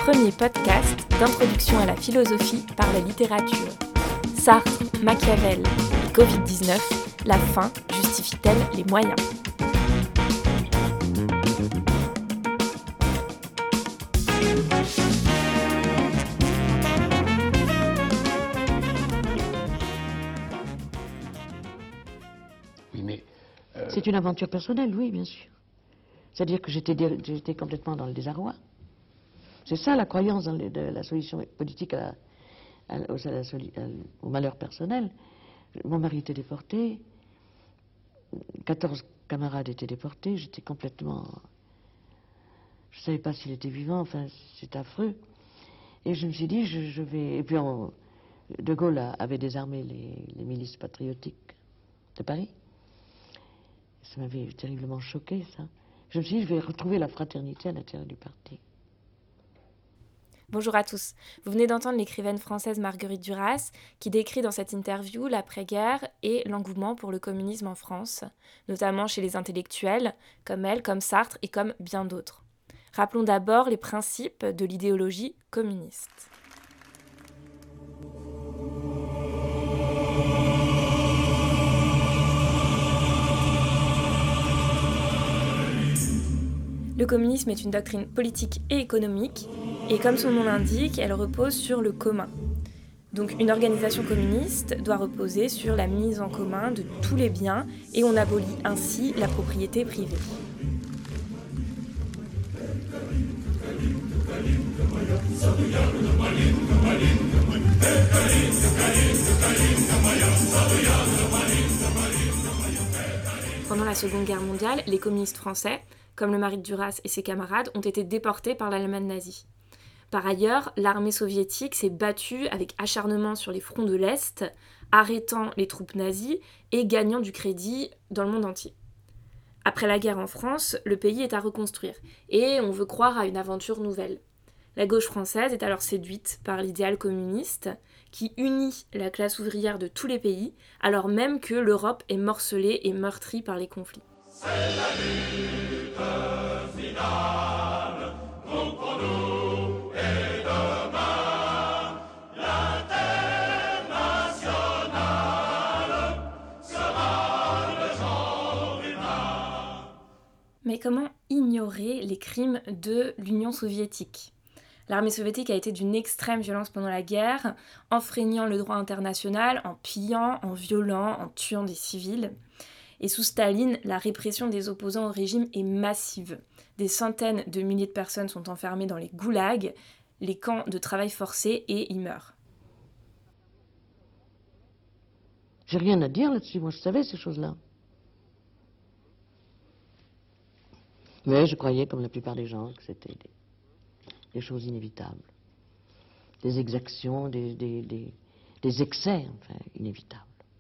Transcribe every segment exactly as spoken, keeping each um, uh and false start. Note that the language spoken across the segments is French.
premier podcast d'introduction à la philosophie par la littérature. Sartre, Machiavel et covid dix-neuf, la fin justifie-t-elle les moyens ? Oui, mais euh... C'est une aventure personnelle, oui, bien sûr. C'est-à-dire que j'étais, j'étais complètement dans le désarroi. C'est ça la croyance dans les, de la solution politique à la, à, à la, à, au malheur personnel. Mon mari était déporté, quatorze camarades étaient déportés, j'étais complètement... Je ne savais pas s'il était vivant, enfin, c'est affreux. Et je me suis dit, je, je vais... Et puis, on, De Gaulle avait désarmé les, les milices patriotiques de Paris. Ça m'avait terriblement choqué, ça. Je me suis dit, je vais retrouver la fraternité à l'intérieur du parti. Bonjour à tous. Vous venez d'entendre l'écrivaine française Marguerite Duras qui décrit dans cette interview l'après-guerre et l'engouement pour le communisme en France, notamment chez les intellectuels, comme elle, comme Sartre et comme bien d'autres. Rappelons d'abord les principes de l'idéologie communiste. Le communisme est une doctrine politique et économique, et comme son nom l'indique, elle repose sur le commun. Donc une organisation communiste doit reposer sur la mise en commun de tous les biens, et on abolit ainsi la propriété privée. Pendant la Seconde Guerre mondiale, les communistes français, comme le mari de Duras et ses camarades, ont été déportés par l'Allemagne nazie. Par ailleurs, l'armée soviétique s'est battue avec acharnement sur les fronts de l'Est, arrêtant les troupes nazies et gagnant du crédit dans le monde entier. Après la guerre en France, le pays est à reconstruire, et on veut croire à une aventure nouvelle. La gauche française est alors séduite par l'idéal communiste, qui unit la classe ouvrière de tous les pays, alors même que l'Europe est morcelée et meurtrie par les conflits. C'est la lutte finale, donc pour nous et demain, l'internationale sera le genre humain. Mais comment ignorer les crimes de l'Union soviétique ? L'armée soviétique a été d'une extrême violence pendant la guerre, enfreignant le droit international, en pillant, en violant, en tuant des civils. Et sous Staline, la répression des opposants au régime est massive. Des centaines de milliers de personnes sont enfermées dans les goulags, les camps de travail forcé, et y meurent. J'ai rien à dire là-dessus, moi je savais ces choses-là. Mais je croyais, comme la plupart des gens, que c'était des, des choses inévitables. Des exactions, des, des, des, des excès, enfin, inévitables.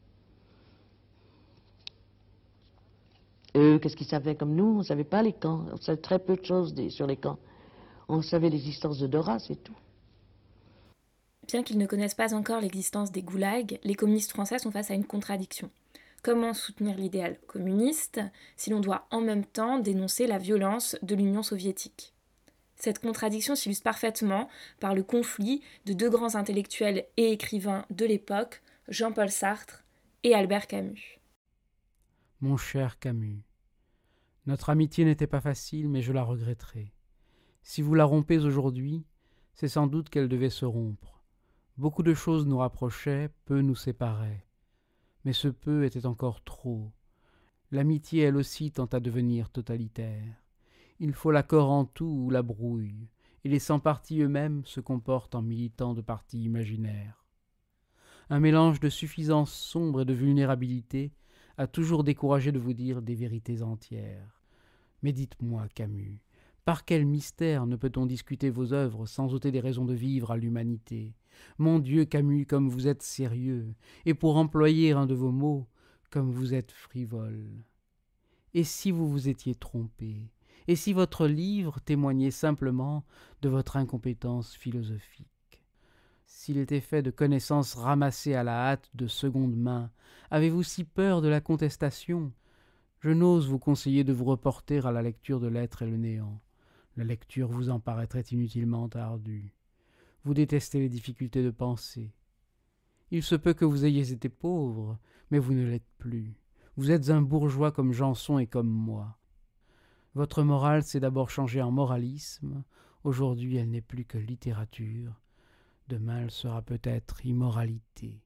Eux, qu'est-ce qu'ils savaient comme nous? On ne savait pas les camps. On savait très peu de choses des, sur les camps. On savait l'existence de Dora, c'est tout. Bien qu'ils ne connaissent pas encore l'existence des goulags, les communistes français sont face à une contradiction. Comment soutenir l'idéal communiste si l'on doit en même temps dénoncer la violence de l'Union soviétique ? Cette contradiction s'illustre parfaitement par le conflit de deux grands intellectuels et écrivains de l'époque, Jean-Paul Sartre et Albert Camus. Mon cher Camus, notre amitié n'était pas facile, mais je la regretterai. Si vous la rompez aujourd'hui, c'est sans doute qu'elle devait se rompre. Beaucoup de choses nous rapprochaient, peu nous séparaient. Mais ce peu était encore trop. L'amitié, elle aussi, tend à devenir totalitaire. Il faut l'accord en tout ou la brouille, et les sans-partis eux-mêmes se comportent en militants de partis imaginaires. Un mélange de suffisance sombre et de vulnérabilité a toujours découragé de vous dire des vérités entières. Mais dites-moi, Camus, par quel mystère ne peut-on discuter vos œuvres sans ôter des raisons de vivre à l'humanité ? Mon Dieu, Camus, comme vous êtes sérieux, et pour employer un de vos mots, comme vous êtes frivole. Et si vous vous étiez trompé ? Et si votre livre témoignait simplement de votre incompétence philosophique ? S'il était fait de connaissances ramassées à la hâte de seconde main, avez-vous si peur de la contestation ? Je n'ose vous conseiller de vous reporter à la lecture de L'être et le néant. La lecture vous en paraîtrait inutilement ardue. Vous détestez les difficultés de pensée. Il se peut que vous ayez été pauvre, mais vous ne l'êtes plus. Vous êtes un bourgeois comme Janson et comme moi. Votre morale s'est d'abord changée en moralisme. Aujourd'hui, elle n'est plus que littérature. Demain, elle sera peut-être immoralité.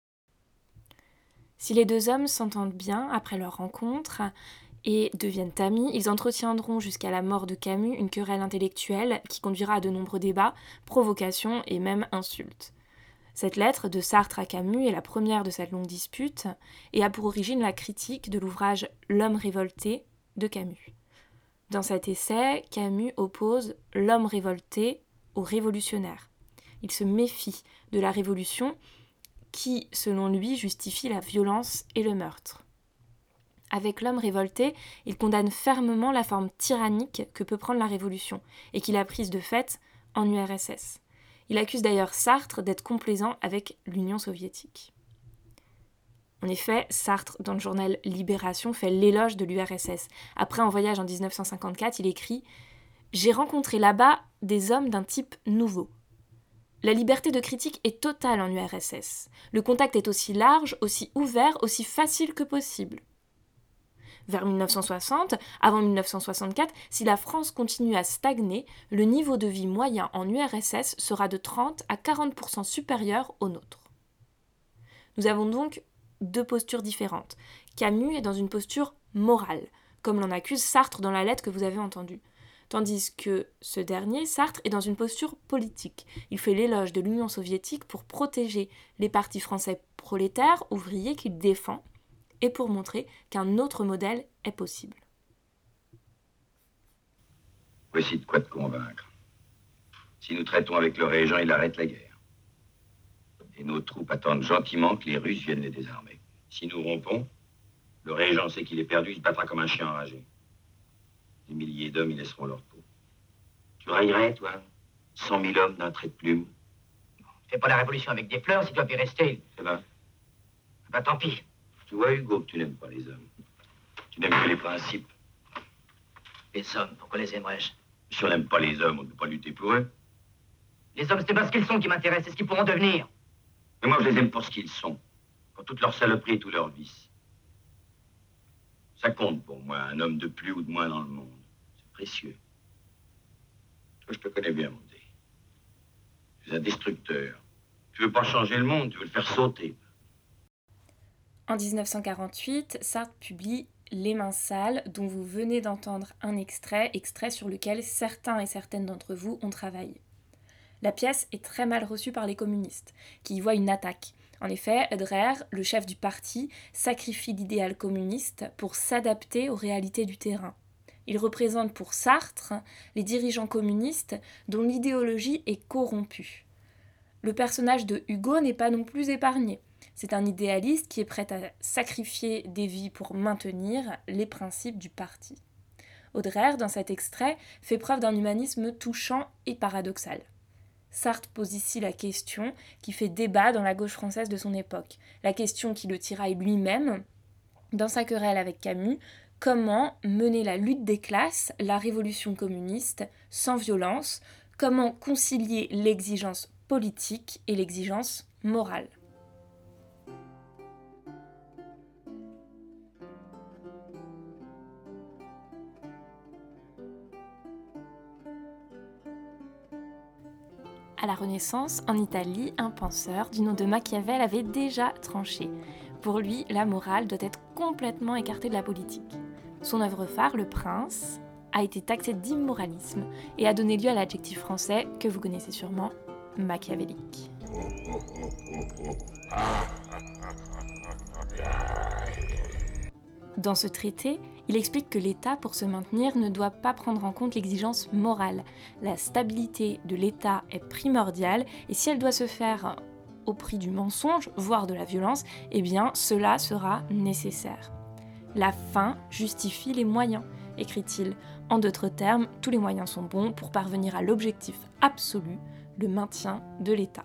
Si les deux hommes s'entendent bien après leur rencontre et deviennent amis, ils entretiendront jusqu'à la mort de Camus une querelle intellectuelle qui conduira à de nombreux débats, provocations et même insultes. Cette lettre de Sartre à Camus est la première de cette longue dispute et a pour origine la critique de l'ouvrage « L'homme révolté » de Camus. Dans cet essai, Camus oppose l'homme révolté au révolutionnaire. Il se méfie de la révolution qui, selon lui, justifie la violence et le meurtre. Avec l'homme révolté, il condamne fermement la forme tyrannique que peut prendre la révolution et qu'il a prise de fait en U R S S. Il accuse d'ailleurs Sartre d'être complaisant avec l'Union soviétique. En effet, Sartre, dans le journal Libération, fait l'éloge de l'U R S S. Après un voyage en dix-neuf cent cinquante-quatre, il écrit « J'ai rencontré là-bas des hommes d'un type nouveau. La liberté de critique est totale en U R S S. Le contact est aussi large, aussi ouvert, aussi facile que possible. Vers mille neuf cent soixante, avant mille neuf cent soixante-quatre, si la France continue à stagner, le niveau de vie moyen en U R S S sera de trente à quarante pour cent supérieur au nôtre. » Nous avons donc deux postures différentes. Camus est dans une posture morale, comme l'en accuse Sartre dans la lettre que vous avez entendue. Tandis que ce dernier, Sartre, est dans une posture politique. Il fait l'éloge de l'Union soviétique pour protéger les partis français prolétaires, ouvriers qu'il défend, et pour montrer qu'un autre modèle est possible. Voici de quoi te convaincre. Si nous traitons avec le régent, il arrête la guerre. Et nos troupes attendent gentiment que les Russes viennent les désarmer. Si nous rompons, le régent sait qu'il est perdu, il se battra comme un chien enragé. Des milliers d'hommes y laisseront leur peau. Tu raillerais, toi, cent mille hommes d'un trait de plume? Fais pas la révolution avec des fleurs, si tu dois y rester. C'est vrai. Bah tant pis. Tu vois, Hugo, que tu n'aimes pas les hommes. Tu n'aimes que les principes. Les hommes, pourquoi les aimerais-je? Si on n'aime pas les hommes, on ne peut pas lutter pour eux. Les hommes, c'est pas ce qu'ils sont qui m'intéressent, c'est ce qu'ils pourront devenir. Mais moi, je les aime pour ce qu'ils sont. Pour toute leur saloperie et tous leurs vices. Ça compte pour moi, un homme de plus ou de moins dans le monde. C'est précieux. Toi, je te connais bien, mon Dieu. Tu es un destructeur. Tu veux pas changer le monde, tu veux le faire sauter. En dix-neuf cent quarante-huit, Sartre publie Les Mains sales, dont vous venez d'entendre un extrait, extrait sur lequel certains et certaines d'entre vous ont travaillé. La pièce est très mal reçue par les communistes, qui y voient une attaque. En effet, Dreher, le chef du parti, sacrifie l'idéal communiste pour s'adapter aux réalités du terrain. Il représente pour Sartre les dirigeants communistes dont l'idéologie est corrompue. Le personnage de Hugo n'est pas non plus épargné. C'est un idéaliste qui est prêt à sacrifier des vies pour maintenir les principes du parti. Dreher, dans cet extrait, fait preuve d'un humanisme touchant et paradoxal. Sartre pose ici la question qui fait débat dans la gauche française de son époque, la question qui le tiraille lui-même dans sa querelle avec Camus: comment mener la lutte des classes, la révolution communiste, sans violence? Comment concilier l'exigence politique et l'exigence morale? À la Renaissance, en Italie, un penseur du nom de Machiavel avait déjà tranché. Pour lui, la morale doit être complètement écartée de la politique. Son œuvre phare, Le Prince, a été taxée d'immoralisme et a donné lieu à l'adjectif français que vous connaissez sûrement, machiavélique. Dans ce traité, il explique que l'État, pour se maintenir, ne doit pas prendre en compte l'exigence morale. La stabilité de l'État est primordiale et si elle doit se faire au prix du mensonge, voire de la violence, eh bien cela sera nécessaire. La fin justifie les moyens, écrit-il. En d'autres termes, tous les moyens sont bons pour parvenir à l'objectif absolu, le maintien de l'État.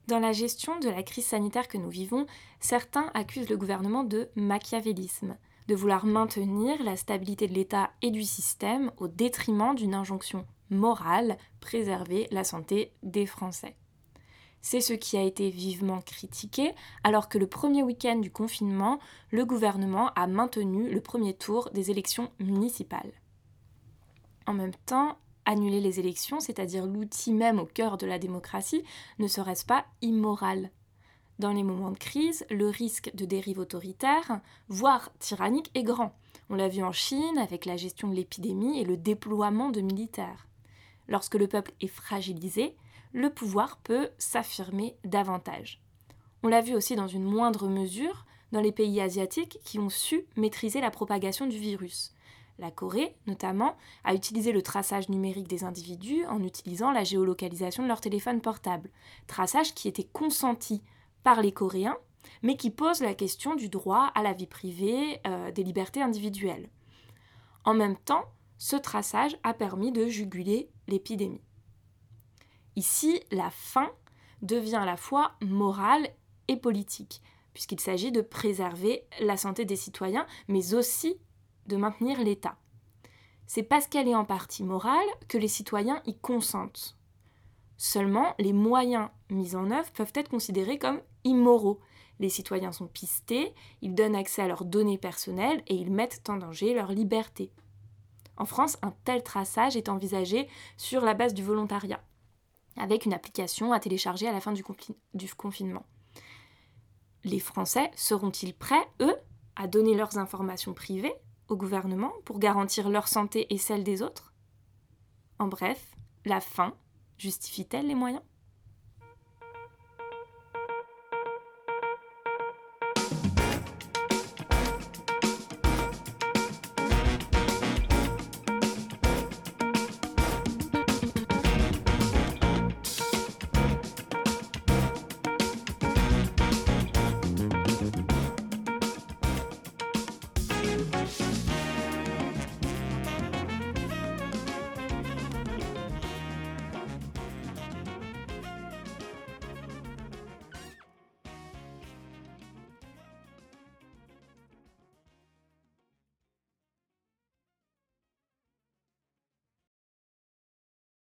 Dans la gestion de la crise sanitaire que nous vivons, certains accusent le gouvernement de machiavélisme, de vouloir maintenir la stabilité de l'État et du système au détriment d'une injonction morale, préserver la santé des Français. C'est ce qui a été vivement critiqué, alors que le premier week-end du confinement, le gouvernement a maintenu le premier tour des élections municipales. En même temps, annuler les élections, c'est-à-dire l'outil même au cœur de la démocratie, ne serait-ce pas immoral ? Dans les moments de crise, le risque de dérive autoritaire, voire tyrannique, est grand. On l'a vu en Chine avec la gestion de l'épidémie et le déploiement de militaires. Lorsque le peuple est fragilisé, le pouvoir peut s'affirmer davantage. On l'a vu aussi dans une moindre mesure dans les pays asiatiques qui ont su maîtriser la propagation du virus. La Corée, notamment, a utilisé le traçage numérique des individus en utilisant la géolocalisation de leur téléphone portable. Traçage qui était consenti par les Coréens, mais qui pose la question du droit à la vie privée, euh, des libertés individuelles. En même temps, ce traçage a permis de juguler l'épidémie. Ici, la fin devient à la fois morale et politique, puisqu'il s'agit de préserver la santé des citoyens, mais aussi de maintenir l'État. C'est parce qu'elle est en partie morale que les citoyens y consentent. Seulement, les moyens mis en œuvre peuvent être considérés comme immoraux. Les citoyens sont pistés, ils donnent accès à leurs données personnelles et ils mettent en danger leur liberté. En France, un tel traçage est envisagé sur la base du volontariat, avec une application à télécharger à la fin du, confi- du confinement. Les Français seront-ils prêts, eux, à donner leurs informations privées au gouvernement pour garantir leur santé et celle des autres ? En bref, la fin justifie-t-elle les moyens ?